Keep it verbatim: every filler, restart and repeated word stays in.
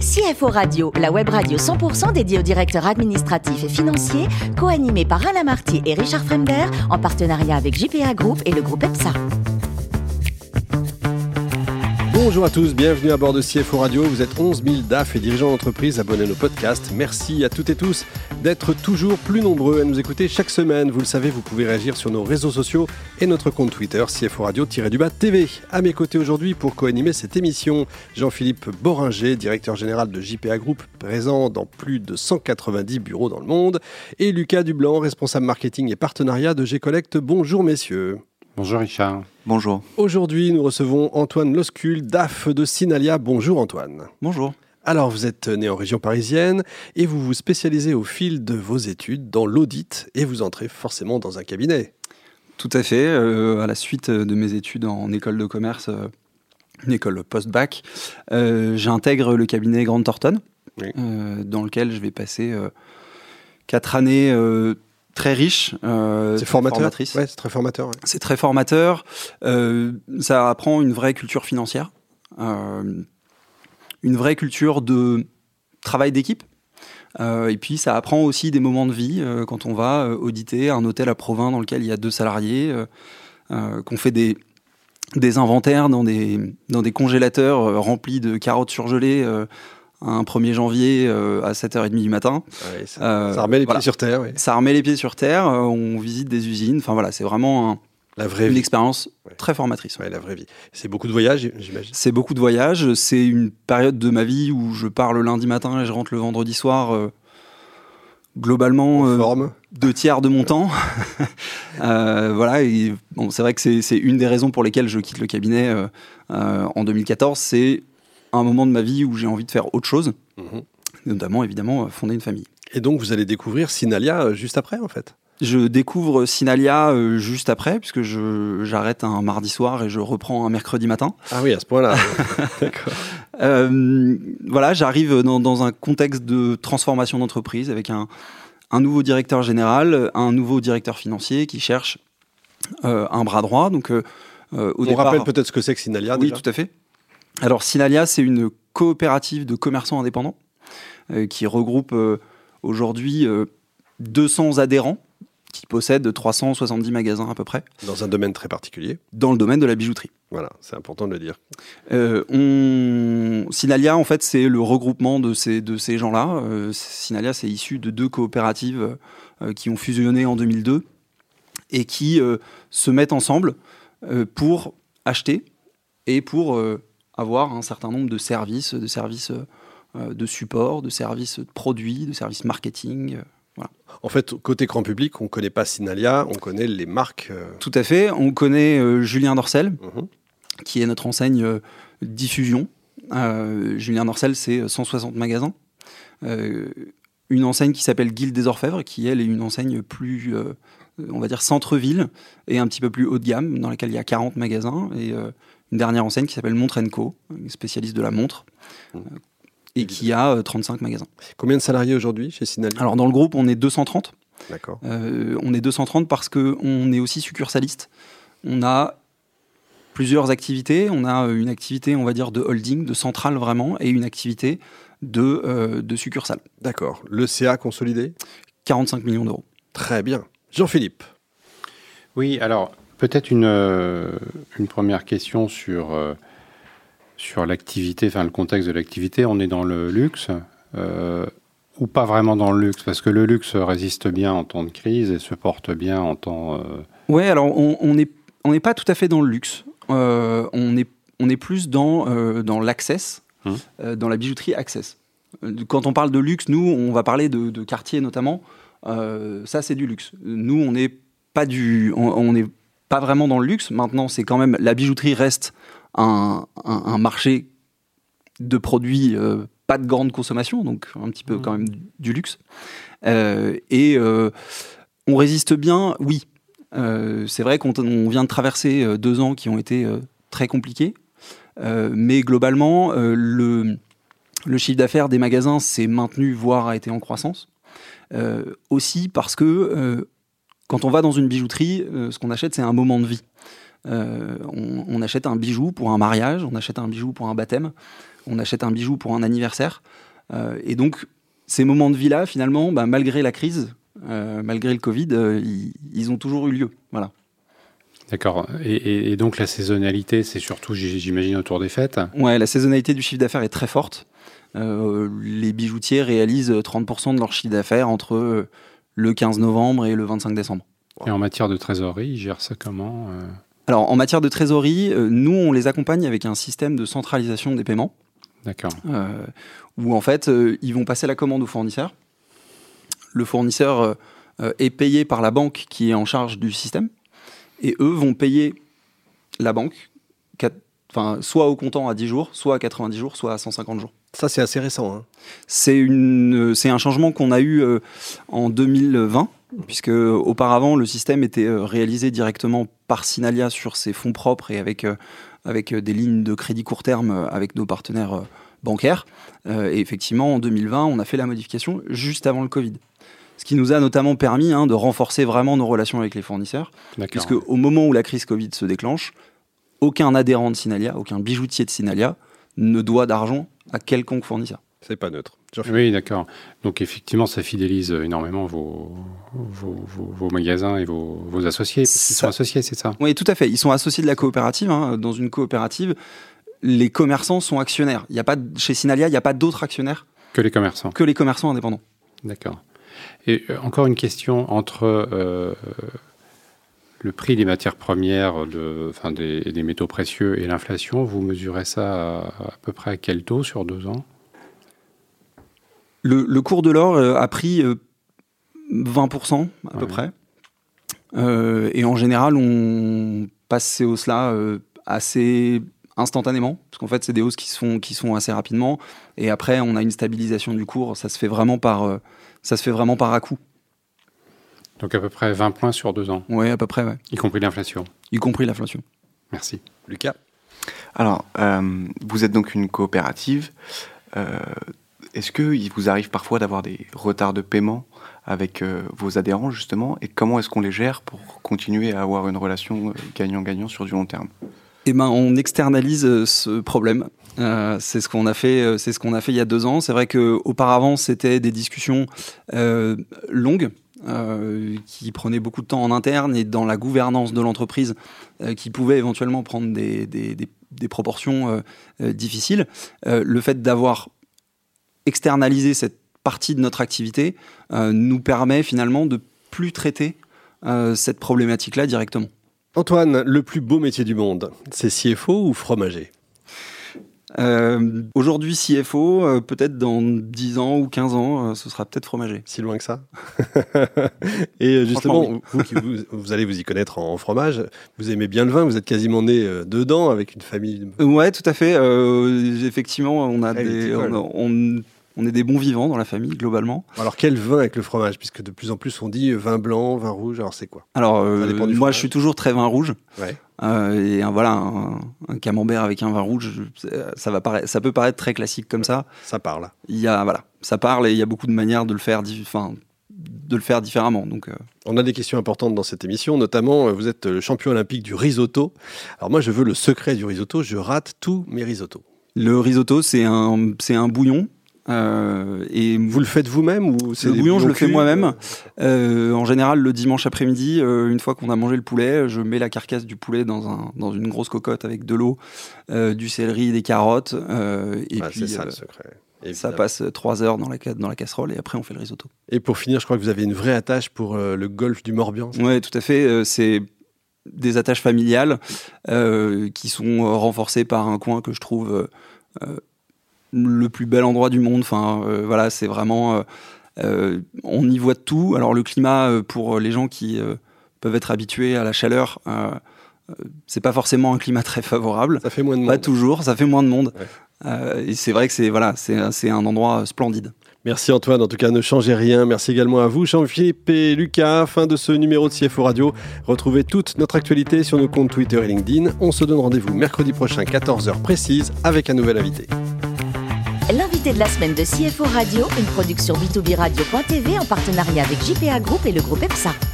C F O Radio, la web radio cent pour cent dédiée aux directeurs administratifs et financiers, co-animée par Alain Marty et Richard Fremder, en partenariat avec J P A Group et le groupe EPSA. Bonjour à tous, bienvenue à bord de C F O Radio. Vous êtes onze mille D A F et dirigeants d'entreprise abonnés à nos podcasts. Merci à toutes et tous d'être toujours plus nombreux à nous écouter chaque semaine. Vous le savez, vous pouvez réagir sur nos réseaux sociaux et notre compte Twitter C F O Radio-du-bas T V. À mes côtés aujourd'hui pour co-animer cette émission, Jean-Philippe Boringer, directeur général de J P A Group, présent dans plus de cent quatre-vingt-dix bureaux dans le monde, et Lucas Dublanc, responsable marketing et partenariat de G-Collect. Bonjour messieurs. Bonjour Richard. Bonjour. Aujourd'hui, nous recevons Antoine Loscul, D A F de Sinalia. Bonjour Antoine. Bonjour. Alors, vous êtes né en région parisienne et vous vous spécialisez au fil de vos études dans l'audit et vous entrez forcément dans un cabinet. Tout à fait. Euh, à la suite de mes études en école de commerce, euh, une école post-bac, euh, j'intègre le cabinet Grant Thornton, oui. euh, dans lequel je vais passer euh, quatre années euh, très riche. Euh, c'est formateur. Formatrice. Ouais, c'est très formateur. Ouais. C'est très formateur. Euh, ça apprend une vraie culture financière, euh, une vraie culture de travail d'équipe. Euh, et puis ça apprend aussi des moments de vie euh, quand on va euh, auditer un hôtel à Provins dans lequel il y a deux salariés, euh, euh, qu'on fait des des inventaires dans des dans des congélateurs euh, remplis de carottes surgelées. Euh, un premier janvier euh, à sept heures trente du matin. Ouais, ça, euh, ça remet les voilà. pieds sur terre. Oui. Ça remet les pieds sur terre, euh, on visite des usines, enfin voilà, c'est vraiment un, la vraie une vie. expérience ouais. très formatrice. Ouais, la vraie vie. C'est beaucoup de voyages, j'imagine. C'est beaucoup de voyages, c'est une période de ma vie où je pars le lundi matin et je rentre le vendredi soir, euh, globalement en forme. Euh, deux tiers de mon temps. euh, voilà, et, bon, c'est vrai que c'est, c'est une des raisons pour lesquelles je quitte le cabinet euh, euh, en deux mille quatorze, c'est un moment de ma vie où j'ai envie de faire autre chose, mmh. notamment évidemment fonder une famille. Et donc vous allez découvrir Sinalia juste après en fait. Je découvre Sinalia euh, juste après, puisque je, j'arrête un mardi soir et je reprends un mercredi matin. Ah oui, à ce point-là. D'accord. Euh, voilà, j'arrive dans, dans un contexte de transformation d'entreprise avec un, un nouveau directeur général, un nouveau directeur financier qui cherche euh, un bras droit. Donc, euh, au On départ, rappelle peut-être ce que c'est que Sinalia. Oui, déjà. tout à fait. Alors, Sinalia, c'est une coopérative de commerçants indépendants euh, qui regroupe euh, aujourd'hui euh, deux cents adhérents qui possèdent trois cent soixante-dix magasins à peu près. Dans un domaine très particulier. Dans le domaine de la bijouterie. Voilà, c'est important de le dire. Euh, on... Sinalia, en fait, c'est le regroupement de ces, de ces gens-là. Euh, Sinalia, c'est issu de deux coopératives euh, qui ont fusionné en deux mille deux et qui euh, se mettent ensemble euh, pour acheter et pour euh, avoir un certain nombre de services, de services euh, de support, de services de produits, de services marketing. Euh, voilà. En fait, côté grand public, on ne connaît pas Sinalia, on connaît les marques. Euh... Tout à fait. On connaît euh, Julien Dorcel, mmh. qui est notre enseigne euh, diffusion. Euh, Julien Dorcel, c'est cent soixante magasins. Euh, une enseigne qui s'appelle Guilde des Orfèvres, qui, elle, est une enseigne plus, euh, on va dire, centre-ville et un petit peu plus haut de gamme, dans laquelle il y a quarante magasins. Et euh, une dernière enseigne qui s'appelle Montre and Co, spécialiste de la montre. Mmh. Euh, et qui a euh, trente-cinq magasins. Combien de salariés aujourd'hui chez Sinalia ? Alors dans le groupe, on est deux cent trente. D'accord. Euh, on est deux cent trente parce qu'on est aussi succursaliste. On a plusieurs activités. On a une activité, on va dire, de holding, de centrale vraiment, et une activité de, euh, de succursale. D'accord. Le C A consolidé ? quarante-cinq millions d'euros. Très bien. Jean-Philippe ? Oui, alors peut-être une, euh, une première question sur... Euh, sur l'activité, enfin le contexte de l'activité, on est dans le luxe euh, ou pas vraiment dans le luxe, parce que le luxe résiste bien en temps de crise et se porte bien en temps... Euh... Oui, alors on n'est on n'est pas tout à fait dans le luxe. Euh, on, est, on est plus dans, euh, dans l'access, hum. euh, dans la bijouterie access. Quand on parle de luxe, nous, on va parler de, de quartier notamment. Euh, ça, c'est du luxe. Nous, on n'est pas, du, on, on n'est pas vraiment dans le luxe. Maintenant, c'est quand même... La bijouterie reste... Un, un, un marché de produits euh, pas de grande consommation, donc un petit peu mmh. quand même du, du luxe. Euh, et euh, on résiste bien, oui. Euh, c'est vrai qu'on on vient de traverser euh, deux ans qui ont été euh, très compliqués, euh, mais globalement, euh, le, le chiffre d'affaires des magasins s'est maintenu, voire a été en croissance. Euh, aussi parce que euh, quand on va dans une bijouterie, euh, ce qu'on achète, c'est un moment de vie. Euh, on, on achète un bijou pour un mariage, on achète un bijou pour un baptême, on achète un bijou pour un anniversaire. Euh, et donc, ces moments de vie-là, finalement, bah, malgré la crise, euh, malgré le Covid, euh, ils, ils ont toujours eu lieu. Voilà. D'accord. Et, et, et donc, la saisonnalité, c'est surtout, j'imagine, autour des fêtes ? Ouais, la saisonnalité du chiffre d'affaires est très forte. Euh, les bijoutiers réalisent trente pour cent de leur chiffre d'affaires entre le quinze novembre et le vingt-cinq décembre. Et en matière de trésorerie, ils gèrent ça comment ? euh... Alors, en matière de trésorerie, euh, nous, on les accompagne avec un système de centralisation des paiements. D'accord. Euh, où, en fait, euh, ils vont passer la commande au fournisseur. Le fournisseur euh, est payé par la banque qui est en charge du système. Et eux vont payer la banque, quatre, enfin, soit au comptant à dix jours, soit à quatre-vingt-dix jours, soit à cent cinquante jours. Ça, c'est assez récent. Hein. C'est, une, c'est un changement qu'on a eu euh, en deux mille vingt, puisque auparavant, le système était euh, réalisé directement par Synalia sur ses fonds propres et avec, euh, avec des lignes de crédit court terme euh, avec nos partenaires euh, bancaires. Euh, et effectivement, en deux mille vingt, on a fait la modification juste avant le Covid. Ce qui nous a notamment permis hein, de renforcer vraiment nos relations avec les fournisseurs. D'accord. Puisque au moment où la crise Covid se déclenche, aucun adhérent de Synalia, aucun bijoutier de Synalia ne doit d'argent à quelconque fournisseur. C'est pas neutre. Oui, d'accord. Donc effectivement, ça fidélise énormément vos, vos, vos, vos magasins et vos, vos associés. Parce qu'ils sont associés, c'est ça ? Oui, tout à fait. Ils sont associés de la coopérative. Hein. Dans une coopérative, les commerçants sont actionnaires. Il y a pas, chez Synalia, il n'y a pas d'autres actionnaires que les commerçants. Que les commerçants indépendants. D'accord. Et euh, encore une question entre euh, le prix des matières premières, de, enfin des, des métaux précieux et l'inflation. Vous mesurez ça à, à peu près à quel taux sur deux ans ? Le, le cours de l'or euh, a pris euh, vingt pour cent à ouais. peu près. Euh, et en général, on passe ces hausses-là euh, assez instantanément, parce qu'en fait, c'est des hausses qui se font, qui se font assez rapidement. Et après, on a une stabilisation du cours. Ça se fait vraiment par, euh, ça se fait vraiment par à-coup. Donc à peu près vingt points sur deux ans. Oui, à peu près, ouais. Y compris l'inflation. Y compris l'inflation. Merci. Lucas ? Alors, euh, vous êtes donc une coopérative. Euh, Est-ce qu'il vous arrive parfois d'avoir des retards de paiement avec euh, vos adhérents, justement ? Et comment est-ce qu'on les gère pour continuer à avoir une relation gagnant-gagnant sur du long terme ? Eh ben, on externalise euh, ce problème. Euh, c'est ce qu'on a fait. Euh, c'est ce qu'on a fait il y a deux ans. C'est vrai qu'auparavant, c'était des discussions euh, longues euh, qui prenaient beaucoup de temps en interne et dans la gouvernance de l'entreprise, euh, qui pouvaient éventuellement prendre des, des, des, des proportions euh, euh, difficiles. Euh, le fait d'avoir externaliser cette partie de notre activité euh, nous permet finalement de plus traiter euh, cette problématique-là directement. Antoine, le plus beau métier du monde, c'est C F O ou fromager ? euh, Aujourd'hui C F O, euh, peut-être dans dix ans ou quinze ans, euh, ce sera peut-être fromager. Si loin que ça. Et justement, oui. vous, qui, vous, vous allez vous y connaître en, en fromage, vous aimez bien le vin, vous êtes quasiment né euh, dedans avec une famille. Ouais, tout à fait. Euh, effectivement, on a des, on, on, on est des bons vivants dans la famille globalement. Alors quel vin avec le fromage ? Puisque de plus en plus on dit vin blanc, vin rouge. Alors c'est quoi ? Alors euh, moi, fromage. Je suis toujours très vin rouge. Ouais. Euh, et un, voilà, un, un camembert avec un vin rouge, ça va paraître, ça peut paraître très classique comme ça. Ça parle. Il y a, voilà, ça parle et il y a beaucoup de manières de le faire, enfin, de le faire différemment. Donc, euh... on a des questions importantes dans cette émission, notamment vous êtes le champion olympique du risotto. Alors moi, je veux le secret du risotto. Je rate tous mes risottos. Le risotto, c'est un, c'est un bouillon. Euh, et vous le faites vous-même ou c'est le bouillon, je le fais moi-même. Euh, en général, le dimanche après-midi, euh, une fois qu'on a mangé le poulet, je mets la carcasse du poulet dans, un, dans une grosse cocotte avec de l'eau, euh, du céleri, des carottes. Euh, et ah, puis, c'est ça euh, le secret. Évidemment. Ça passe trois heures dans la, dans la casserole et après on fait le risotto. Et pour finir, je crois que vous avez une vraie attache pour euh, le golfe du Morbihan. Oui, tout à fait. Euh, c'est des attaches familiales euh, qui sont renforcées par un coin que je trouve euh, le plus bel endroit du monde. Enfin, euh, voilà, c'est vraiment... Euh, euh, on y voit de tout. Alors le climat, euh, pour les gens qui euh, peuvent être habitués à la chaleur, euh, euh, c'est pas forcément un climat très favorable. Ça fait moins de monde. Pas toujours, ça fait moins de monde. Ouais. Euh, et c'est vrai que c'est, voilà, c'est, c'est un endroit splendide. Merci Antoine, en tout cas ne changez rien. Merci également à vous Jean-Philippe et Lucas. Fin de ce numéro de C F O Radio. Retrouvez toute notre actualité sur nos comptes Twitter et LinkedIn. On se donne rendez-vous mercredi prochain, quatorze heures précise, avec un nouvel invité. L'invité de la semaine de C F O Radio, une production b deux b radio point t v en partenariat avec J P A Group et le groupe EPSA.